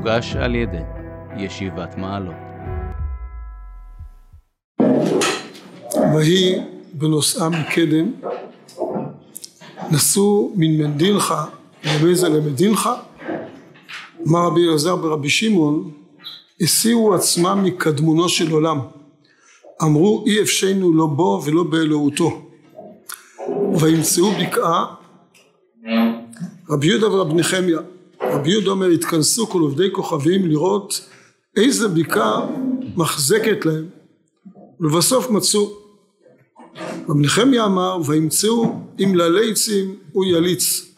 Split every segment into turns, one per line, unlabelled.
מוגש על ידי ישיבת מעלות.
ויהי בנוסעם מקדם, נסעו מן מנדילך למזה למדינך. אמר רבי אלעזר ברבי שמעון, הסיעו עצמם מקדמונו של עולם, אמרו אי אפשנו לא בו ולא באלוהותו, וימצאו בקעה. רבי יהודה ורבי נחמיה, רבי יהודה אומר, התכנסו כל עובדי כוכבים לראות איזה בקעה מחזקת להם, ובסוף מצאו. רבי נחמיה אמר, וימצאו עם לעלי עצים הוא יליץ,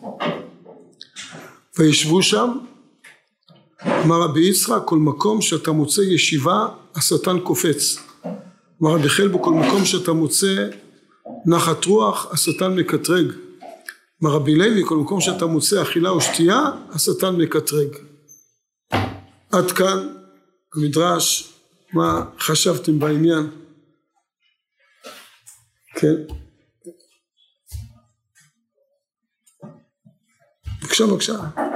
וישבו שם. אמר רבי יצחק, כל מקום שאתה מוצא ישיבה השטן קופץ. אמר רבי חלבו, כל מקום שאתה מוצא נחת רוח השטן מקטרג. אמר רבי לוי, כל מקום שאתה מוצא אכילה ושתייה השטן מקטרג. עד כאן המדרש. מה חשבתם בעניין? כן, בבקשה.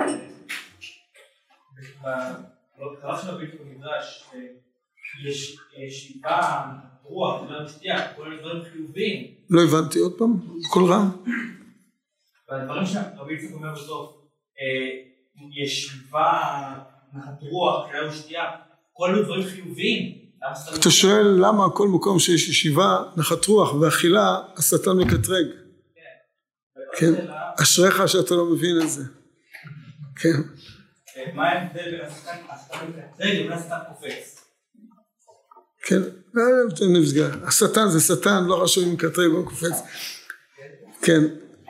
בקרב של הבלתי במדרש יש שיבה, רוח, שתייה, כל מיני דברים חיוביים.
לא הבנתי, עוד פעם, כל רע.
והדברים שהרבי יצחק אומר בסוף, יש שיבה, נחת רוח, כלי ושתייה, כל מיני דברים חיוביים.
אתה שואל למה כל מקום שיש ישיבה, נחת רוח ואכילה, השטן מקטרג. כן, אשריך שאתה לא מבין את זה. כן.
מה ההבדל בין השטן מקטרג לבין השטן קופץ?
כן, השטן זה שטן, לא חשוב אם מקטרג או קופץ. כן.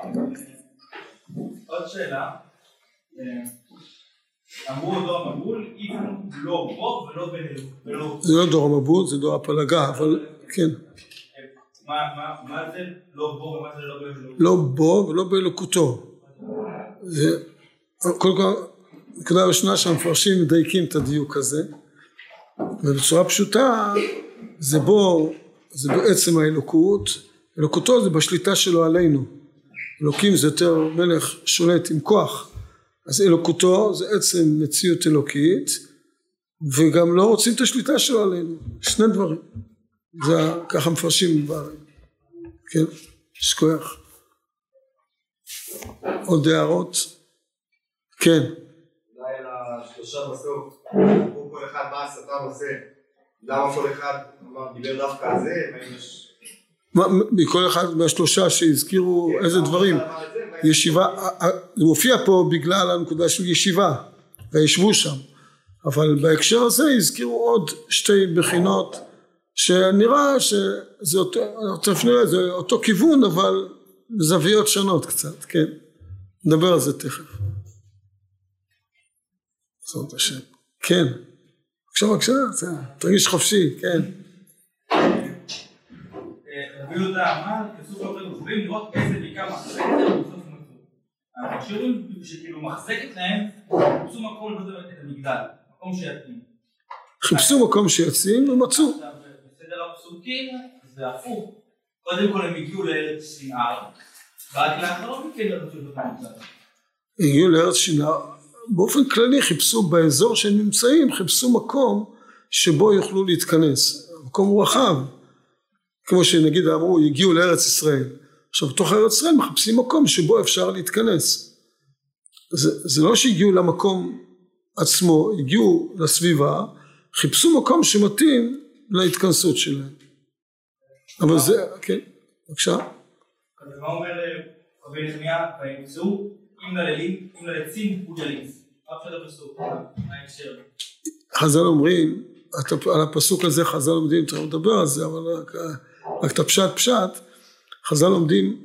עוד שאלה, אמרו דור המבול, איתנו לא בו ולא
זה לא דור המבול, זה דור הפלגה, אבל כן.
מה זה לא בו ומה זה לא באלוקותו?
לא בו ולא באלוקותו. קודם כל, נקודה ראשונה שהמפרשים מדייקים את הדיוק הזה, ובצורה פשוטה, זה בו, זה בעצם האלוקות, אלוקותו זה בשליטה שלו עלינו. אלוקים זה יותר מלך שולט עם כוח, אז אלוקותו זה עצם מציאות אלוקית, וגם לא רוצים את השליטה שלו עלינו. שני דברים. זה ככה מפרשים דברים. כן, יש כוח. עוד הערות? כן.
אולי לשלושה בסוף, אמרו כל אחד מה השטן עושה, למה כל אחד דיבר דווקא על זה,
מכל אחד מהשלושה שהזכירו איזה דברים. ישיבה, זה מופיע פה בגלל הנקודה של ישיבה, וישבו שם. אבל בהקשר הזה הזכירו עוד שתי בחינות, שנראה שזה אותו כיוון, אבל זוויות שונות קצת, כן. נדבר על זה תכף. זאת השם. כן. בבקשה, תרגיש חופשי, כן.
רבי יהודה אמר, כסוף לא יכולים לראות איזה בקעה מחזקת להם בסוף מצאו. המכשירים שכאילו מחזקת להם, חיפשו מקום את המגדל, מקום שיתאים.
חיפשו מקום שיוצאים ומצאו.
בסדר הפסוקים זה הפוך. קודם כל הם הגיעו לארץ שנער, ועד לאחר מכן רצו את המגדל.
הגיעו לארץ שנער, באופן כללי חיפשו באזור שהם נמצאים, חיפשו מקום שבו יוכלו להתכנס. מקום רחב. כמו שנגיד אמרו, הגיעו לארץ ישראל. עכשיו, בתוך ארץ ישראל מחפשים מקום שבו אפשר להתכנס. זה לא שהגיעו למקום עצמו, הגיעו לסביבה, חיפשו מקום שמתאים להתכנסות שלהם. אבל זה, כן, בבקשה.
אז מה אומר רבי נחמיה, וימצאו אם ללצים הוא יליץ. אף אחד הפסוק, מה ההקשר?
חז"ל אומרים, על הפסוק הזה חז"ל לומדים, צריך לדבר על זה, אבל רק את הפשט, חז"ל לומדים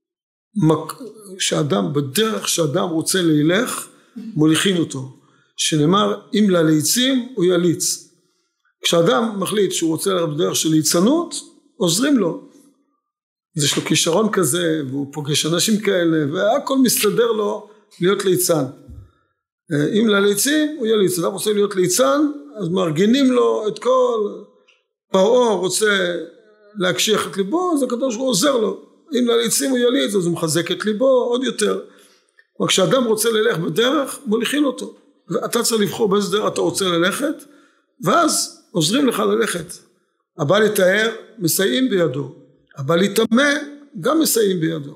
שאדם, בדרך שאדם רוצה לילך, מוליכים אותו. שנאמר, אם לליצים הוא יליץ. כשאדם מחליט שהוא רוצה ללכת בדרך של ליצנות, עוזרים לו. אז יש לו כישרון כזה, והוא פוגש אנשים כאלה, והכל מסתדר לו להיות ליצן. אם לליצים הוא יליץ. אדם רוצה להיות ליצן, אז מארגנים לו את כל פרעה רוצה להקשיח את ליבו, אז הקדוש הוא עוזר לו. אם לליצים הוא יליץ, אז הוא מחזק את ליבו עוד יותר. אבל כשאדם רוצה ללך בדרך, מוליכים אותו. אתה צריך לבחור באיזה דרך אתה רוצה ללכת, ואז עוזרים לך ללכת. הבא לתאר, מסייעים בידו. הבא להתאמה, גם מסייעים בידו.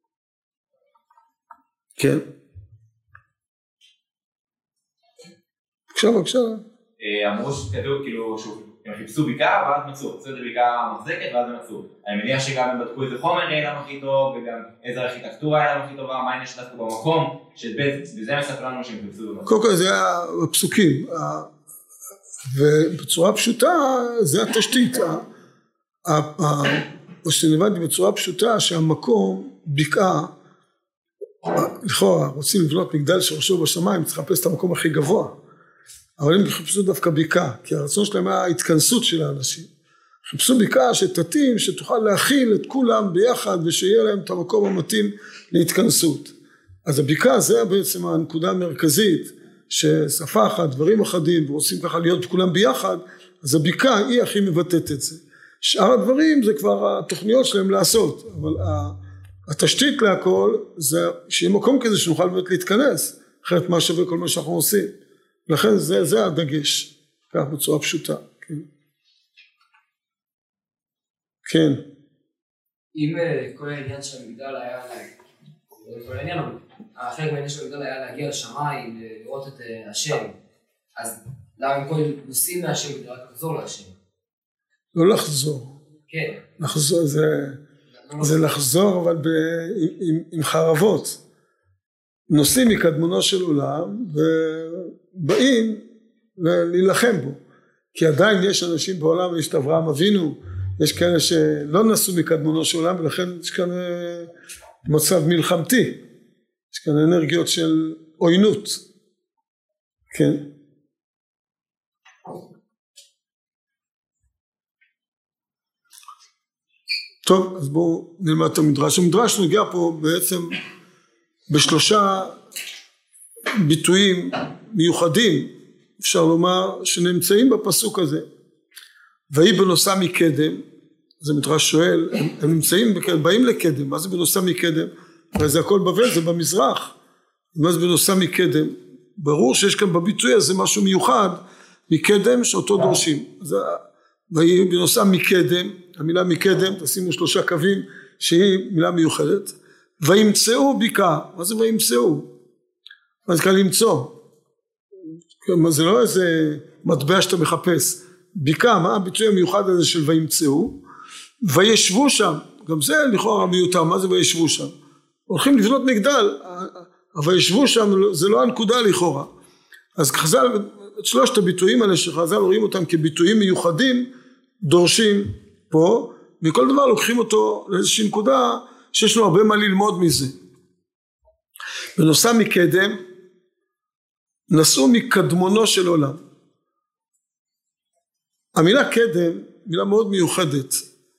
כן. בבקשה.
אמרו שכתוב כאילו הם חיפשו ביקעה ואז מצאו, עשו את הביקעה מחזקת ואז הם מצאו. אני מניח שגם הם בדקו איזה חומר היה להם הכי טוב, וגם איזה ארכיטקטורה היה להם הכי טובה, מה יש דווקא במקום, וזה מספר לנו שהם חיפשו במקום.
קודם כל זה היה הפסוקים, ובצורה פשוטה זה התשתית. או שנבדתי בצורה פשוטה שהמקום בקעה, לכאורה רוצים לבנות מגדל שראשו בשמיים, צריך לחפש את המקום הכי גבוה. אבל הם חיפשו דווקא בקעה, כי הרצון שלהם היה ההתכנסות של האנשים. חיפשו בקעה שתתאים, שתוכל להכיל את כולם ביחד, ושיהיה להם את המקום המתאים להתכנסות. אז הבקעה זה בעצם הנקודה המרכזית, ששפה אחת, דברים אחדים, ורוצים ככה להיות כולם ביחד, אז הבקעה היא הכי מבטאת את זה. שאר הדברים זה כבר התוכניות שלהם לעשות, אבל התשתית להכל זה שיהיה מקום כזה שנוכל באמת להתכנס, אחרת מה שווה כל מה שאנחנו עושים. לכן זה הדגש, כך בצורה פשוטה. כן. כן.
אם כל העניין של המגדל היה, כל העניין, החלק מהעניין של המגדל היה להגיע לשמיים, לראות את השם, אז למה הם כל נוסעים מהשם כדי רק לחזור להשם?
לא לחזור.
כן.
לחזור זה לחזור, אבל עם חרבות. נוסעים מקדמונו של עולם ובאים להילחם בו, כי עדיין יש אנשים בעולם, יש את אברהם אבינו, יש כאלה שלא נסעו מקדמונו של עולם, ולכן יש כאן מצב מלחמתי, יש כאן אנרגיות של עוינות. כן. טוב, אז בואו נלמד את המדרש. המדרש נוגע פה בעצם בשלושה ביטויים מיוחדים, אפשר לומר, שנמצאים בפסוק הזה. ויהי בנוסע מקדם, זה מדרש שואל, הם נמצאים, באים לקדם, מה זה בנוסע מקדם? הרי זה הכל בבל, זה במזרח, מה זה בנוסע מקדם? ברור שיש כאן בביטוי הזה משהו מיוחד, מקדם שאותו דורשים. אז ויהי בנוסע מקדם, המילה מקדם, תשימו 3 קווים, שהיא מילה מיוחדת, וימצאו בקעה. מה זה וימצאו? מה זה כאן למצוא? זה לא איזה מטבע שאתה מחפש. בקעה, מה הביטוי המיוחד הזה של וימצאו? וישבו שם, גם זה לכאורה מיותר, מה זה וישבו שם? הולכים לבנות מגדל, אבל וישבו שם זה לא הנקודה לכאורה. אז חז"ל, את 3 הביטויים האלה שחז"ל רואים אותם כביטויים מיוחדים, דורשים פה, מכל דבר לוקחים אותו לאיזושהי נקודה, שיש לו הרבה מה ללמוד מזה. בנוסע מקדם, נסעו מקדמונו של עולם. המילה קדם, מילה מאוד מיוחדת.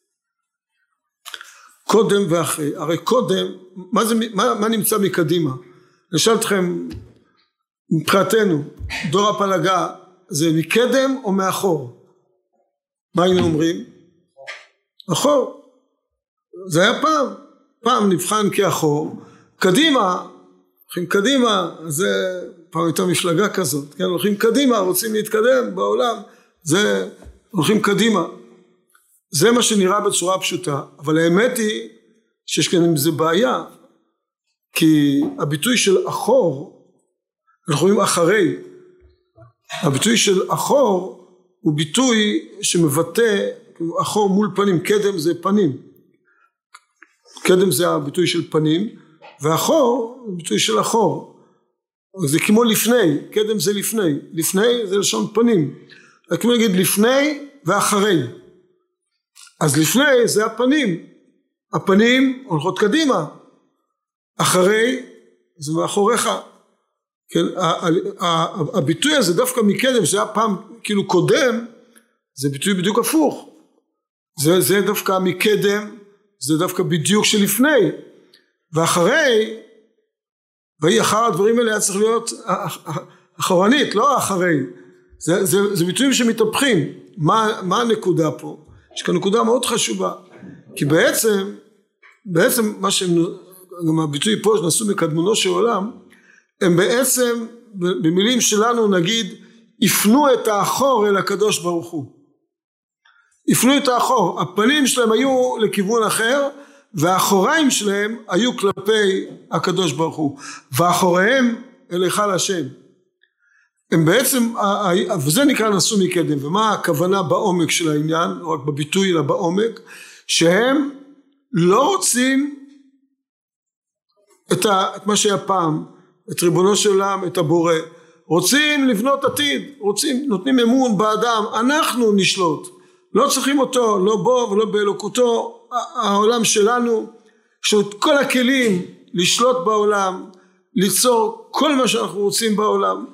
קודם ואחרי. הרי קודם, מה נמצא מקדימה? נשאל אתכם, מבחינתנו, דור הפלגה, זה מקדם או מאחור? מה היינו אומרים? אחור. זה היה פעם נבחן כאחור. קדימה, הולכים קדימה, זה פעם הייתה מפלגה כזאת, כן? הולכים קדימה, רוצים להתקדם בעולם, זה הולכים קדימה. זה מה שנראה בצורה פשוטה, אבל האמת היא שיש כאן עם זה בעיה, כי הביטוי של אחור, אנחנו רואים אחרי, הביטוי של אחור הוא ביטוי שמבטא אחור מול פנים, קדם זה פנים, קדם זה הביטוי של פנים, ואחור הוא ביטוי של אחור, זה כמו לפני, קדם זה לפני זה לשון פנים, כמו להגיד לפני ואחרי, אז לפני זה הפנים הולכות קדימה, אחרי זה מאחוריך, כן? הביטוי הזה דווקא מקדם, זה היה פעם כאילו קודם, זה ביטוי בדיוק הפוך, זה דווקא מקדם, זה דווקא בדיוק שלפני, ואחרי, והיא אחר הדברים האלה היה צריך להיות אחרונית, לא אחרי, זה ביטויים שמתהפכים. מה הנקודה פה? יש כאן נקודה מאוד חשובה, כי בעצם מה שהם, גם הביטוי פה שנסעו מקדמונו של עולם, הם בעצם במילים שלנו נגיד, הפנו את האחור אל הקדוש ברוך הוא. הפנו את האחור, הפנים שלהם היו לכיוון אחר, והאחוריים שלהם היו כלפי הקדוש ברוך הוא, ואחוריהם אל היכל השם. הם בעצם, וזה נקרא נסו מקדם, ומה הכוונה בעומק של העניין, לא רק בביטוי אלא בעומק, שהם לא רוצים את מה שהיה פעם, את ריבונו של עולם, את הבורא, רוצים לבנות עתיד, נותנים אמון באדם, אנחנו נשלוט, לא צריכים אותו, לא בו ולא באלוקותו, העולם שלנו, יש לנו את כל הכלים לשלוט בעולם, ליצור כל מה שאנחנו רוצים בעולם,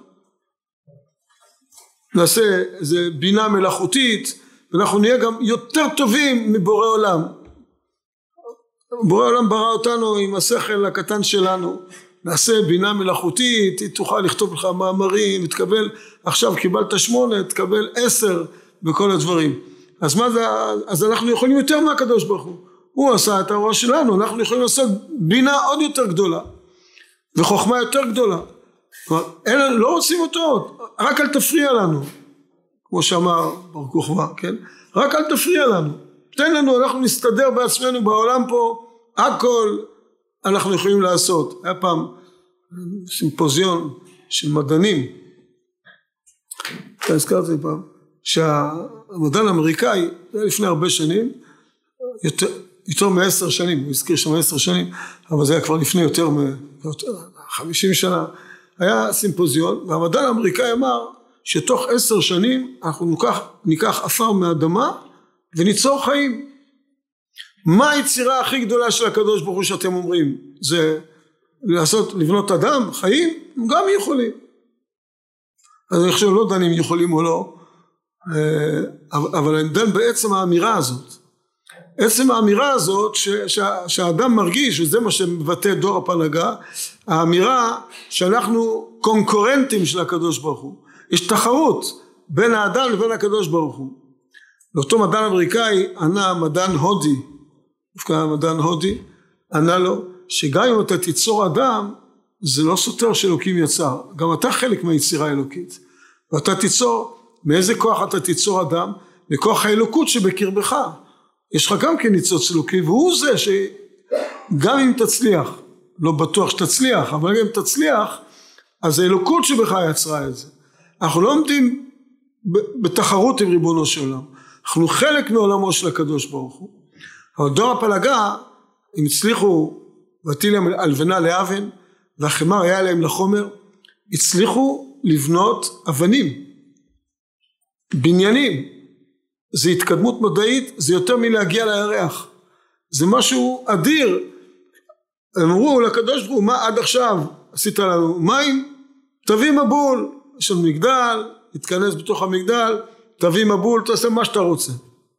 נעשה איזה בינה מלאכותית, ואנחנו נהיה גם יותר טובים מבורא עולם. בורא עולם ברא אותנו עם השכל הקטן שלנו, נעשה בינה מלאכותית, היא תוכל לכתוב לך מאמרים, תקבל, עכשיו קיבלת 8, תקבל 10 בכל הדברים. אז מה זה, אז אנחנו יכולים יותר מהקדוש ברוך הוא. הוא עשה את הראש שלנו, אנחנו יכולים לעשות בינה עוד יותר גדולה, וחוכמה יותר גדולה. כלומר, לא רוצים אותו, רק אל תפריע לנו, כמו שאמר בר כוכבא, כן? רק אל תפריע לנו, תן לנו, אנחנו נסתדר בעצמנו בעולם פה, הכל אנחנו יכולים לעשות. היה פעם סימפוזיון של מדענים, אתה הזכרתי פעם, שהמדען האמריקאי, זה לפני הרבה שנים, יותר מ10 שנים, הוא הזכיר שם 10 שנים, אבל זה היה כבר לפני יותר מ50 שנה, היה סימפוזיון, והמדען האמריקאי אמר שתוך 10 שנים אנחנו ניקח עפר מהאדמה וניצור חיים. מה היצירה הכי גדולה של הקדוש ברוך הוא שאתם אומרים? זה לבנות אדם, חיים? הם גם יכולים. אז אני חושב לא דן אם יכולים או לא, אבל אני דן בעצם האמירה הזאת. עצם האמירה הזאת שהאדם מרגיש, וזה מה שמבטא דור הפלגה, האמירה שאנחנו קונקורנטים של הקדוש ברוך הוא. יש תחרות בין האדם לבין הקדוש ברוך הוא. לאותו מדען אמריקאי ענה מדען הודי, מדען הודי, ענה לו שגם אם אתה תיצור אדם, זה לא סותר שאלוקים יצר, גם אתה חלק מהיצירה האלוקית, ואתה תיצור, מאיזה כוח אתה תיצור אדם? מכוח האלוקות שבקרבך. יש לך גם כן ניצוץ אלוקי, והוא זה שגם אם תצליח, לא בטוח שתצליח, אבל גם אם תצליח, אז האלוקות שבך יצרה את זה. אנחנו לא עומדים בתחרות עם ריבונו של עולם, אנחנו חלק מעולמו של הקדוש ברוך הוא. אבל דור הפלגה, הם הצליחו, והטיל להם הלבנה לאבן, והחמר היה להם לחומר, הצליחו לבנות אבנים, בניינים. זה התקדמות מדעית, זה יותר מלהגיע לירח, זה משהו אדיר. הם אמרו לקדוש ברוך הוא, מה עד עכשיו עשית לנו? מים, תביא מבול, יש לנו מגדל, תתכנס בתוך המגדל, תביא מבול, תעשה מה שאתה רוצה.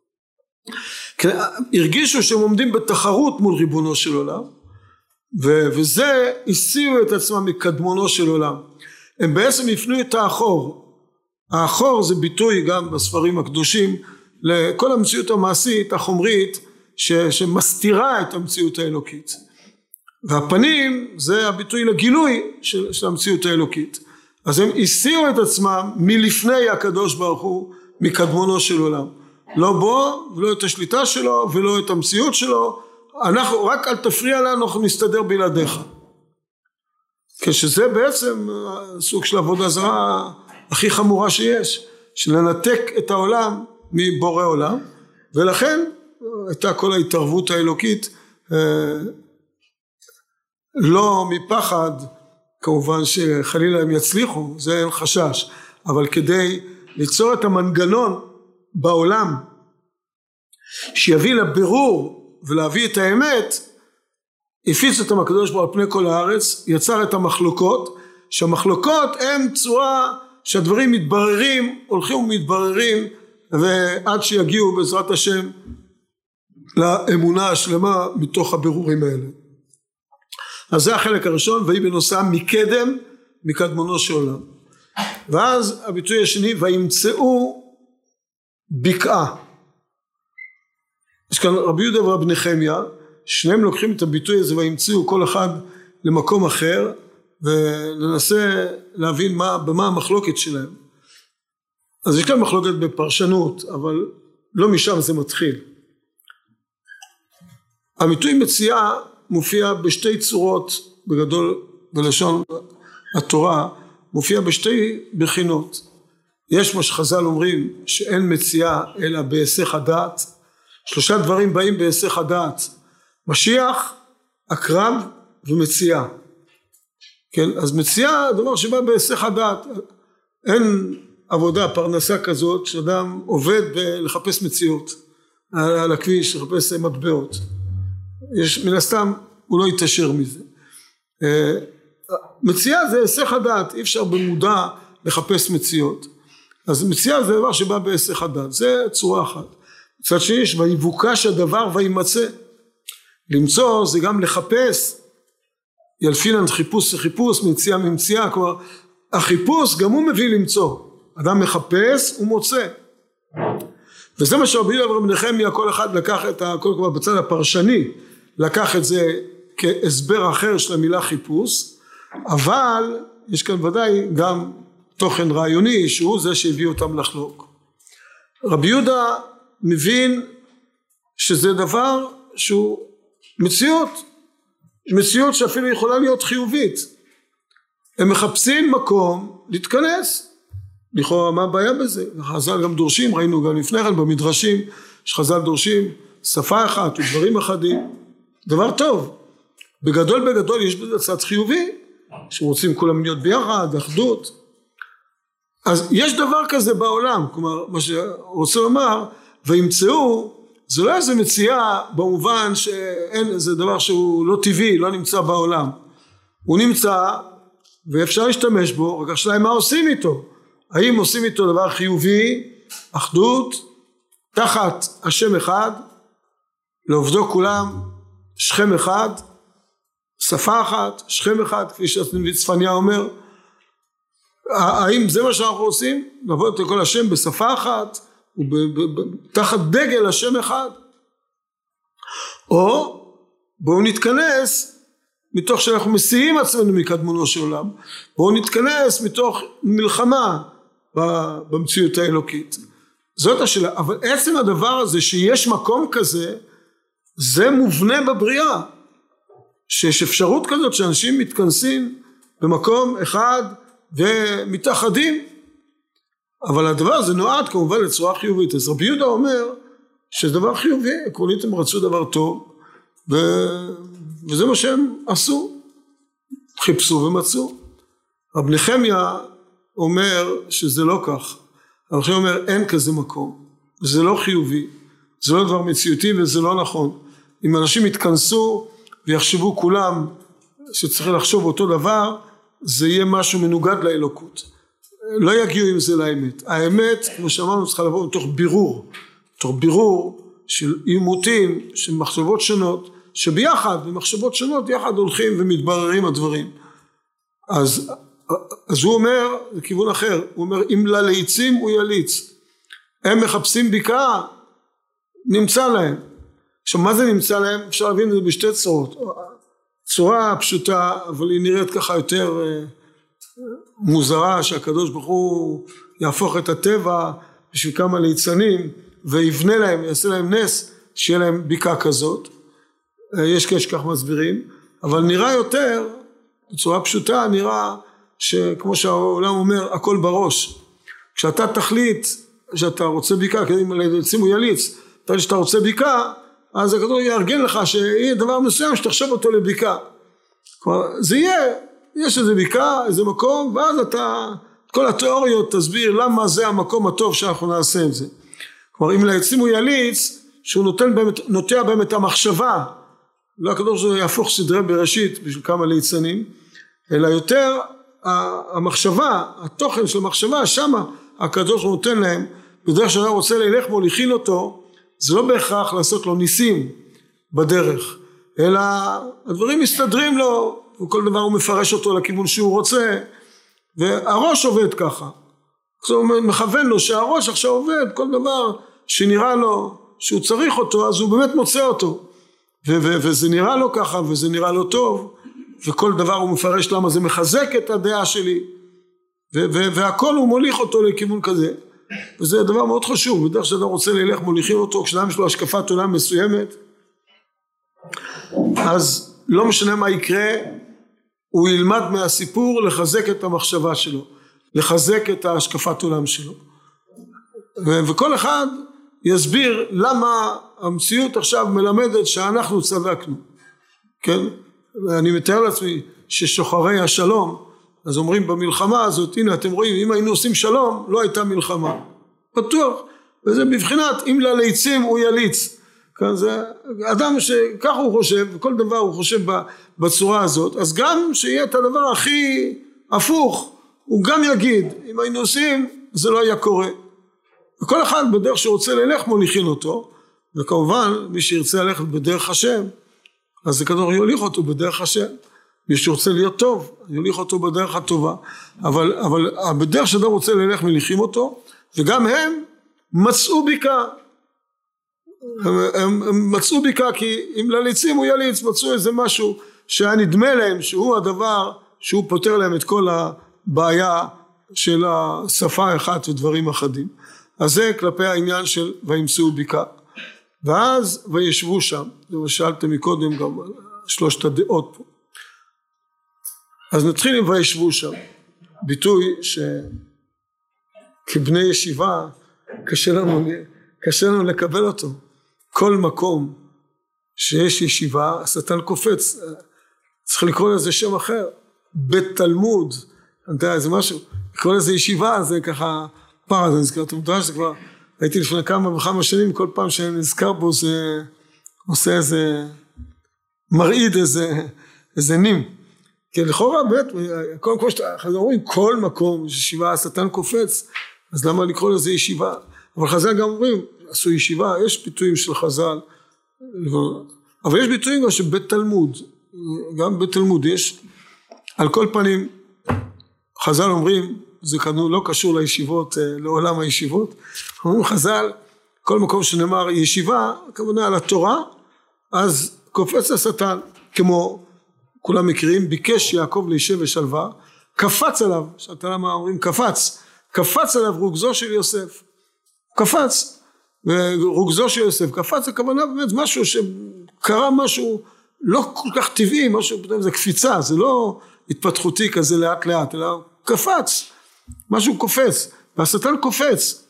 הרגישו שהם עומדים בתחרות מול ריבונו של עולם, וזה הסיעו את עצמם מקדמונו של עולם. הם בעצם הפנו את האחור. האחור זה ביטוי גם בספרים הקדושים לכל המציאות המעשית החומרית שמסתירה את המציאות האלוקית, והפנים זה הביטוי לגילוי של המציאות האלוקית. אז הם הסיעו את עצמם מלפני הקדוש ברוך הוא, מקדמונו של עולם, לא בו ולא את השליטה שלו ולא את המציאות שלו. אנחנו רק אל תפריע לנו, אנחנו נסתדר בלעדיך, כשזה בעצם סוג של עבודה זרה הכי חמורה שיש, של לנתק את העולם מבורא עולם. ולכן הייתה כל ההתערבות האלוקית, לא מפחד כמובן שחלילה הם יצליחו, זה אין חשש, אבל כדי ליצור את המנגנון בעולם שיביא לבירור ולהביא את האמת, הפיץ אותם הקדוש ברוך הוא על פני כל הארץ, יצר את המחלוקות, שהמחלוקות הן צורה שהדברים מתבררים, הולכים ומתבררים, ועד שיגיעו בעזרת השם לאמונה השלמה מתוך הבירורים האלה. אז זה החלק הראשון, והיא בנושא מקדם, מקדמונו של עולם. ואז הביטוי השני, וימצאו בקעה. יש כאן רבי יהודה ורבי נחמיה, שניהם לוקחים את הביטוי הזה וימצאו כל אחד למקום אחר, וננסה להבין במה המחלוקת שלהם. אז יש כאן מחלוקת בפרשנות, אבל לא משם זה מתחיל. הביטוי מציאה מופיע בשתי צורות, בגדול בלשון התורה, מופיע בשתי בחינות. יש מה שחז"ל אומרים שאין מציאה אלא בהיסח הדעת. 3 דברים באים בהיסח הדעת: משיח, עקרב ומציאה. כן, אז מציאה דבר שבא בהיסח הדעת. אין עבודה, פרנסה כזאת, שאדם עובד לחפש מציאות על הכביש, לחפש מטבעות. יש, מן הסתם הוא לא יתעשר מזה. מציאה זה היסח הדעת, אי אפשר במודע לחפש מציאות. אז מציאה זה דבר שבא בהיסח הדעת, זה צורה אחת. מצד שני יש ויבוקש הדבר וימצא. למצוא זה גם לחפש, ילפינן חיפוש לחיפוש, מציאה ממציאה, כלומר החיפוש גם הוא מביא למצוא. אדם מחפש ומוצא. וזה מה שרבי יהודה ורבי נחמיה, כל אחד לקח את הכל כבר בצד הפרשני, לקח את זה כהסבר אחר של המילה חיפוש, אבל יש כאן ודאי גם תוכן רעיוני שהוא זה שהביא אותם לחלוק. רבי יהודה מבין שזה דבר שהוא מציאות שאפילו יכולה להיות חיובית. הם מחפשים מקום להתכנס. לכאורה מה הבעיה בזה? חז"ל גם דורשים, ראינו גם לפני כן במדרשים שחז"ל דורשים שפה אחת ודברים אחדים. דבר טוב. בגדול יש בזה צד חיובי, שרוצים כולם להיות ביחד, אחדות. אז יש דבר כזה בעולם, כלומר מה שרוצה לומר, וימצאו, זה לא איזה מציאה במובן שאין איזה דבר שהוא לא טבעי, לא נמצא בעולם. הוא נמצא ואפשר להשתמש בו, רק השאלה מה עושים איתו? האם עושים איתו דבר חיובי, אחדות, תחת השם אחד, לעובדו כולם, שכם אחד, שפה אחת, שכם אחד, כפי שהנביא צפניה אומר. האם זה מה שאנחנו עושים? לעבוד את כל השם בשפה אחת, תחת דגל השם אחד? או בואו נתכנס מתוך שאנחנו מסיעים עצמנו מקדמונו של עולם, בואו נתכנס מתוך מלחמה במציאות האלוקית. זאת השאלה. אבל עצם הדבר הזה שיש מקום כזה, זה מובנה בבריאה, שיש אפשרות כזאת שאנשים מתכנסים במקום אחד ומתאחדים. אבל הדבר הזה נועד כמובן לצורה חיובית. אז רבי יהודה אומר שזה דבר חיובי, עקרונית הם רצו דבר טוב, וזה מה שהם עשו, חיפשו ומצאו. רבי נחמיה אומר שזה לא כך. רבי נחמיה אומר אין כזה מקום, זה לא חיובי, זה לא דבר מציאותי וזה לא נכון. אם אנשים יתכנסו ויחשבו כולם שצריכים לחשוב אותו דבר, זה יהיה משהו מנוגד לאלוקות. לא יגיעו עם זה לאמת. האמת, כמו שאמרנו, צריכה לבוא מתוך בירור של עימותים, של מחשבות שונות, שביחד, במחשבות שונות, יחד הולכים ומתבררים הדברים. אז הוא אומר, לכיוון אחר, הוא אומר, אם לליצים הוא יליץ. הם מחפשים בקעה, נמצא להם. עכשיו, מה זה נמצא להם? אפשר להבין את זה בשתי צורות. צורה פשוטה, אבל היא נראית ככה יותר מוזרה, שהקדוש ברוך הוא יהפוך את הטבע בשביל כמה ליצנים, ויבנה להם, יעשה להם נס, שיהיה להם בקעה כזאת. יש כך מסבירים, אבל נראה יותר, בצורה פשוטה, נראה שכמו שהעולם אומר, הכל בראש. כשאתה תחליט שאתה רוצה בקעה, כי אם ליצים הוא יליץ, תחליט שאתה רוצה בקעה, אז הקדוש יארגן לך שיהיה דבר מסוים שתחשב אותו לבקעה. כלומר, זה יהיה, יש איזה בקעה, איזה מקום, ואז אתה, כל התיאוריות תסביר למה זה המקום הטוב שאנחנו נעשה את זה. כלומר, אם ליצים הוא יליץ, שהוא נוטע בהם את המחשבה, לא הקדוש יהפוך סדרי בראשית בשביל כמה ליצנים, אלא יותר המחשבה, התוכן של המחשבה, שמה הקדוש נותן להם, בדרך שאתה רוצה ללך בו, להכין אותו, זה לא בהכרח לעשות לו ניסים בדרך, אלא הדברים מסתדרים לו, וכל דבר הוא מפרש אותו לכיוון שהוא רוצה, והראש עובד ככה. זאת אומרת, מכוון לו שהראש עכשיו עובד, כל דבר שנראה לו שהוא צריך אותו, אז הוא באמת מוצא אותו. וזה נראה לו ככה, וזה נראה לו טוב, וכל דבר הוא מפרש למה זה מחזק את הדעה שלי, והכל הוא מוליך אותו לכיוון כזה, וזה דבר מאוד חשוב. בדרך שאדם רוצה ללך מוליכים אותו, כשאדם יש לו השקפת עולם מסוימת, אז לא משנה מה יקרה, הוא ילמד מהסיפור לחזק את המחשבה שלו, לחזק את השקפת עולם שלו, וכל אחד יסביר למה המציאות עכשיו מלמדת שאנחנו צדקנו. כן? אני מתאר לעצמי ששוחרי השלום, אז אומרים במלחמה הזאת, הנה אתם רואים, אם היינו עושים שלום, לא הייתה מלחמה. בטוח. וזה בבחינת, אם לליצים הוא יליץ. כן? זה אדם שכך הוא חושב, וכל דבר הוא חושב בצורה הזאת, אז גם שיהיה את הדבר הכי הפוך, הוא גם יגיד, אם היינו עושים, זה לא היה קורה. וכל אחד בדרך שרוצה ללך מוליכין אותו, וכמובן מי שירצה ללכת בדרך השם, אז הכדור יוליך אותו בדרך השם. מי שרוצה להיות טוב, יוליך אותו בדרך הטובה. אבל בדרך שאדם רוצה ללך מליכים אותו, וגם הם מצאו ביקה. הם מצאו ביקה, כי אם לליצים הוא יליץ, מצאו איזה משהו שהיה נדמה להם שהוא הדבר שהוא פותר להם את כל הבעיה של השפה האחת ודברים אחדים. אז זה כלפי העניין של וימצאו ביקה. ואז וישבו שם, ושאלתם מקודם גם שלושת הדעות פה. אז נתחיל עם וישבו שם, ביטוי שכבני ישיבה קשה לנו לקבל אותו. כל מקום שיש ישיבה, השטן קופץ, צריך לקרוא לזה שם אחר, בית תלמוד, אני יודע, זה משהו, לקרוא לזה ישיבה, זה ככה פעם, אני נזכר את המדרש, זה כבר הייתי לפני כמה וכמה שנים, כל פעם שאני נזכר בו זה עושה איזה, מרעיד איזה נים, כי לכאורה באמת, קודם כל שאנחנו אומרים, כל מקום יש ישיבה, השטן קופץ, אז למה לקרוא לזה ישיבה? אבל חז"ל גם אומרים, עשו ישיבה, יש ביטויים של חז"ל, אבל יש ביטויים גם של בית תלמוד, גם בית תלמוד יש, על כל פנים, חז"ל אומרים, זה לא קשור לישיבות, לעולם הישיבות, אומרים חז"ל, כל מקום שנאמר ישיבה, הכוונה על התורה, אז קופץ השטן, כמו כולם מכירים, ביקש יעקב לישב ושלווה, קפץ עליו, שאתה למה אומרים קפץ עליו רוגזו של יוסף, קפץ, ורוגזו של יוסף, קפץ, הכוונה באמת משהו שקרה משהו לא כל כך טבעי, משהו, זה קפיצה, זה לא התפתחותי כזה לאט לאט, אלא קפץ, משהו קופץ, והשטן קופץ.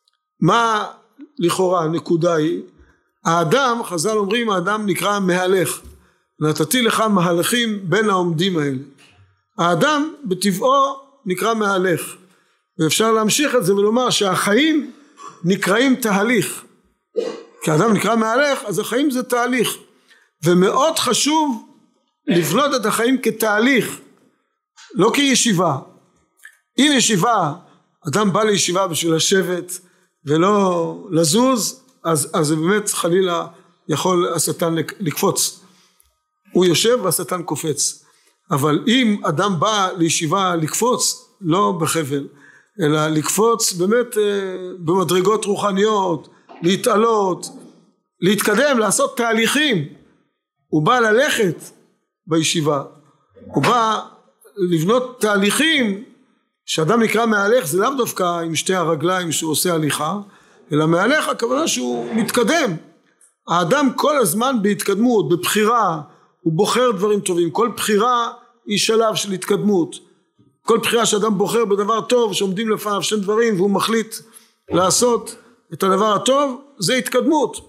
מה לכאורה הנקודה היא? האדם, חז"ל אומרים, האדם נקרא מהלך, נתתי לך מהלכים בין העומדים האלה. האדם בטבעו נקרא מהלך, ואפשר להמשיך את זה ולומר שהחיים נקראים תהליך, כי האדם נקרא מהלך, אז החיים זה תהליך, ומאוד חשוב לבנות את החיים כתהליך, לא כישיבה. אם ישיבה, אדם בא לישיבה בשביל לשבת ולא לזוז, אז זה באמת חלילה יכול השטן לקפוץ. הוא יושב והשטן קופץ. אבל אם אדם בא לישיבה לקפוץ, לא בחבל, אלא לקפוץ באמת במדרגות רוחניות, להתעלות, להתקדם, לעשות תהליכים. הוא בא ללכת בישיבה, הוא בא לבנות תהליכים, שאדם נקרא מהלך, זה לאו דווקא עם שתי הרגליים שהוא עושה הליכה, אלא מהלך הכוונה שהוא מתקדם. האדם כל הזמן בהתקדמות, בבחירה, הוא בוחר דברים טובים, כל בחירה היא שלב של התקדמות, כל בחירה שאדם בוחר בדבר טוב, שעומדים לפניו שני דברים, והוא מחליט לעשות את הדבר הטוב, זה התקדמות.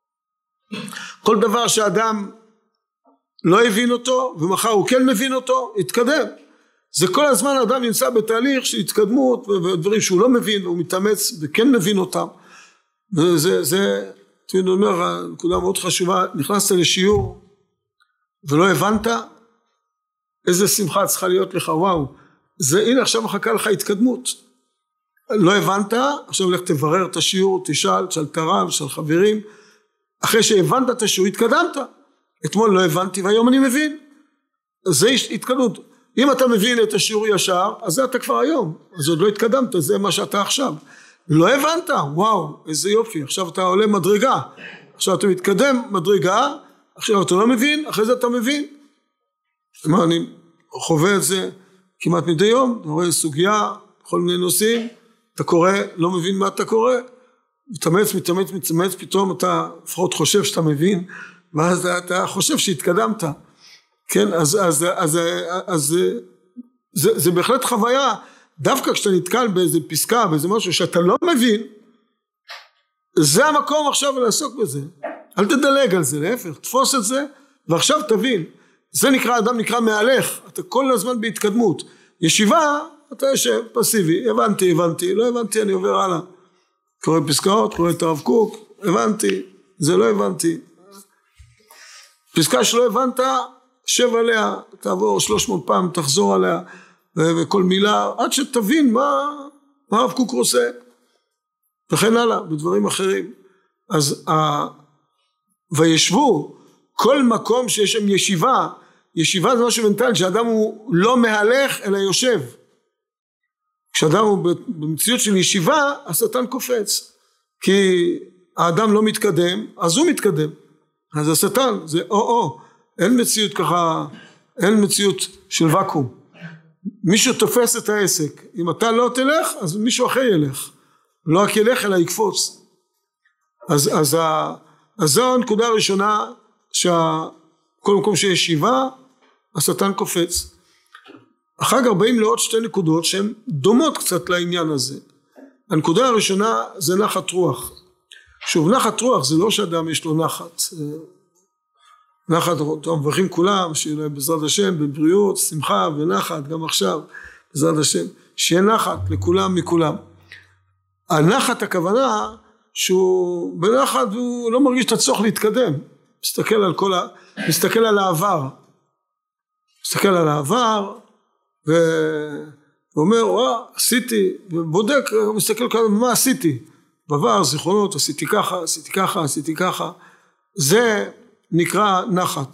כל דבר שאדם לא הבין אותו, ומחר הוא כן מבין אותו, התקדם. זה כל הזמן האדם נמצא בתהליך של התקדמות, ודברים שהוא לא מבין, הוא מתאמץ וכן מבין אותם. וזה, אני אומר, נקודה מאוד חשובה, נכנסת לשיעור, ולא הבנת, איזה שמחה צריכה להיות לך, וואו, זה, הנה עכשיו מחכה לך התקדמות. לא הבנת, עכשיו לך תברר את השיעור, תשאל את הרב, תשאל חברים, אחרי שהבנת את השיעור, התקדמת. אתמול לא הבנתי, והיום אני מבין. זה התקדמות. אם אתה מבין את השיעור ישר, אז זה אתה כבר היום. אז עוד לא התקדמת, זה מה שאתה עכשיו. לא הבנת, וואו, איזה יופי, עכשיו אתה עולה מדרגה. עכשיו אתה מתקדם מדרגה, עכשיו אתה לא מבין, אחרי זה אתה מבין. אני חווה את זה כמעט מדי יום, אתה רואה סוגיה, בכל מיני נושאים, אתה קורא, לא מבין מה אתה קורא, מתאמץ, פתאום אתה לפחות חושב שאתה מבין, ואז אתה חושב שהתקדמת, כן, אז זה בהחלט חוויה, דווקא כשאתה נתקל באיזה פסקה, באיזה משהו שאתה לא מבין, זה המקום עכשיו לעסוק בזה, אל תדלג על זה, להפך, תפוס את זה, ועכשיו תבין, זה נקרא, אדם נקרא מהלך, אתה כל הזמן בהתקדמות, ישיבה, אתה יושב פסיבי, הבנתי, לא הבנתי, אני עובר הלאה, קורא פסקאות, קורא את הרב קוק, הבנתי, זה לא הבנתי, פסקה שלא הבנת, שב עליה, תעבור 300 פעם, תחזור עליה, וכל מילה, עד שתבין מה הרב קוק עושה, וכן הלאה, בדברים אחרים, אז וישבו, כל מקום שיש שם ישיבה, ישיבה זה משהו מנטלי, שאדם הוא לא מהלך אלא יושב, כשאדם הוא במציאות של ישיבה, השטן קופץ, כי האדם לא מתקדם, אז הוא מתקדם, אז השטן זה אין מציאות ככה, אין מציאות של וקום, מישהו תופס את העסק, אם אתה לא תלך, אז מישהו אחר ילך, לא רק ילך אלא יקפוץ, אז זו הנקודה הראשונה, שכל מקום שיש ישיבה, השטן קופץ. אחר כך באים לעוד שתי נקודות שהן דומות קצת לעניין הזה. הנקודה הראשונה זה נחת רוח. שוב, נחת רוח זה לא שאדם יש לו נחת. נחת, מברכים כולם, שיהיה להם בעזרת השם, בבריאות, שמחה ונחת, גם עכשיו, בעזרת השם, שיהיה נחת לכולם מכולם. הנחת הכוונה, שהוא בנחת הוא לא מרגיש את הצורך להתקדם. מסתכל על העבר. מסתכל על העבר, ואומר, עשיתי, ובודק, מסתכל כאן, מה עשיתי? בעבר, זיכרונות, עשיתי ככה. זה נקרא נחת.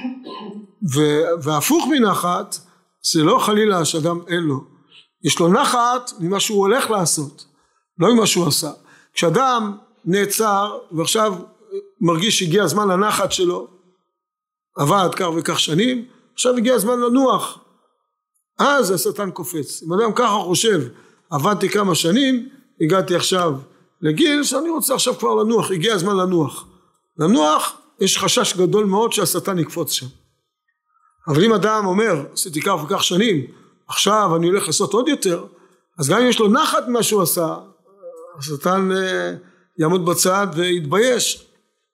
והפוך מנחת, זה לא חלילה שאדם אין לו. יש לו נחת ממה שהוא הולך לעשות, לא ממה שהוא עשה. כשאדם נעצר, ועכשיו מרגיש שהגיע הזמן לנחת שלו, עבד כך וכך שנים, עכשיו הגיע הזמן לנוח, אז השטן קופץ. אם אדם ככה חושב, עבדתי כמה שנים, הגעתי עכשיו לגיל שאני רוצה עכשיו כבר לנוח, הגיע הזמן לנוח, יש חשש גדול מאוד שהשטן יקפוץ שם. אבל אם אדם אומר, עשיתי כך וכך שנים, עכשיו אני הולך לעשות עוד יותר, אז גם אם יש לו נחת ממה שהוא עשה, השטן יעמוד בצד ויתבייש.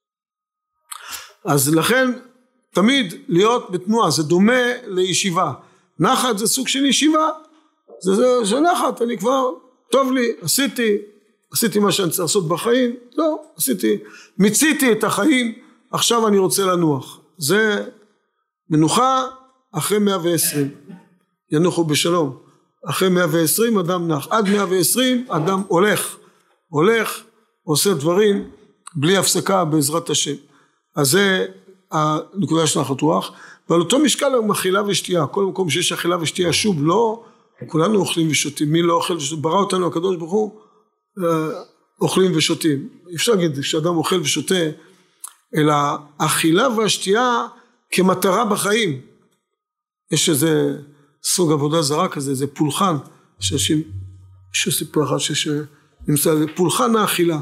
אז לכן תמיד להיות בתנועה, זה דומה לישיבה. נחת זה סוג של ישיבה, זה נחת, אני כבר, טוב לי, עשיתי מה שאני צריך לעשות בחיים, לא, מיציתי את החיים, עכשיו אני רוצה לנוח. זה מנוחה אחרי 120, ינוחו בשלום. אחרי 120 אדם נח, עד 120 אדם הולך, עושה דברים בלי הפסקה בעזרת השם. אז זה הנקודה של נחת רוח, ועל אותו משקל אכילה ושתייה, כל מקום שיש אכילה ושתייה, שוב לא, כולנו אוכלים ושותים, מי לא אוכל ושותים, ברא אותנו הקדוש ברוך הוא, אוכלים ושותים, אפשר להגיד שאדם אוכל ושותה, אלא אכילה והשתייה כמטרה בחיים, יש סוג עבודה זרה כזה, זה פולחן, שסיפור אחד שנמצא, זה פולחן האכילה,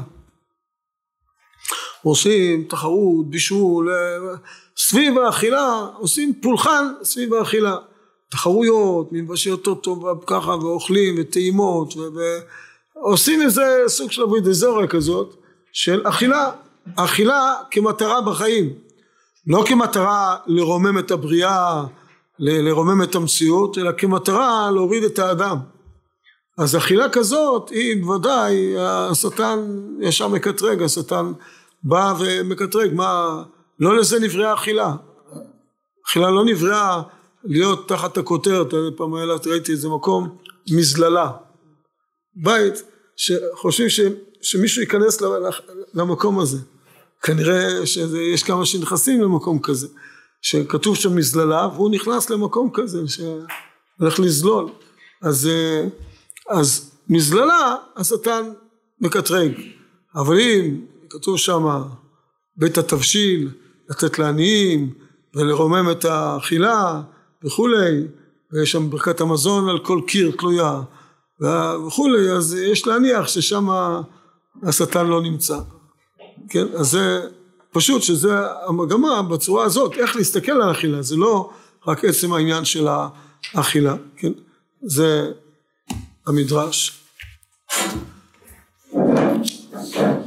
עושים תחרות, בישול, סביב האכילה, עושים פולחן סביב האכילה, תחרויות, מבשל יותר טוב ככה, ואוכלים וטעימות, ועושים איזה סוג של עבודה זרה כזאת, של אכילה כמטרה בחיים, לא כמטרה לרומם את הבריאה, לרומם את המציאות, אלא כמטרה להוריד את האדם. אז אכילה כזאת היא בוודאי, השטן ישר מקטרג, השטן בא ומקטרג, לא לזה נבראה אכילה. אכילה לא נבראה להיות תחת הכותרת, פעם ראיתי איזה מקום, מזללה. בית שחושבים שמישהו ייכנס למקום הזה. כנראה שיש כמה שנכנסים למקום כזה, שכתוב שם מזללה, והוא נכנס למקום כזה, שהולך לזלול. אז מזללה, השטן מקטרג. אבל אם כתוב שם בית התבשיל, לתת לעניים, ולרומם את האכילה, וכולי, ויש שם ברכת המזון על כל קיר תלויה וכולי, אז יש להניח ששם השטן לא נמצא. כן, אז זה פשוט שזה המגמה בצורה הזאת, איך להסתכל על האכילה, זה לא רק עצם העניין של האכילה, כן, זה המדרש.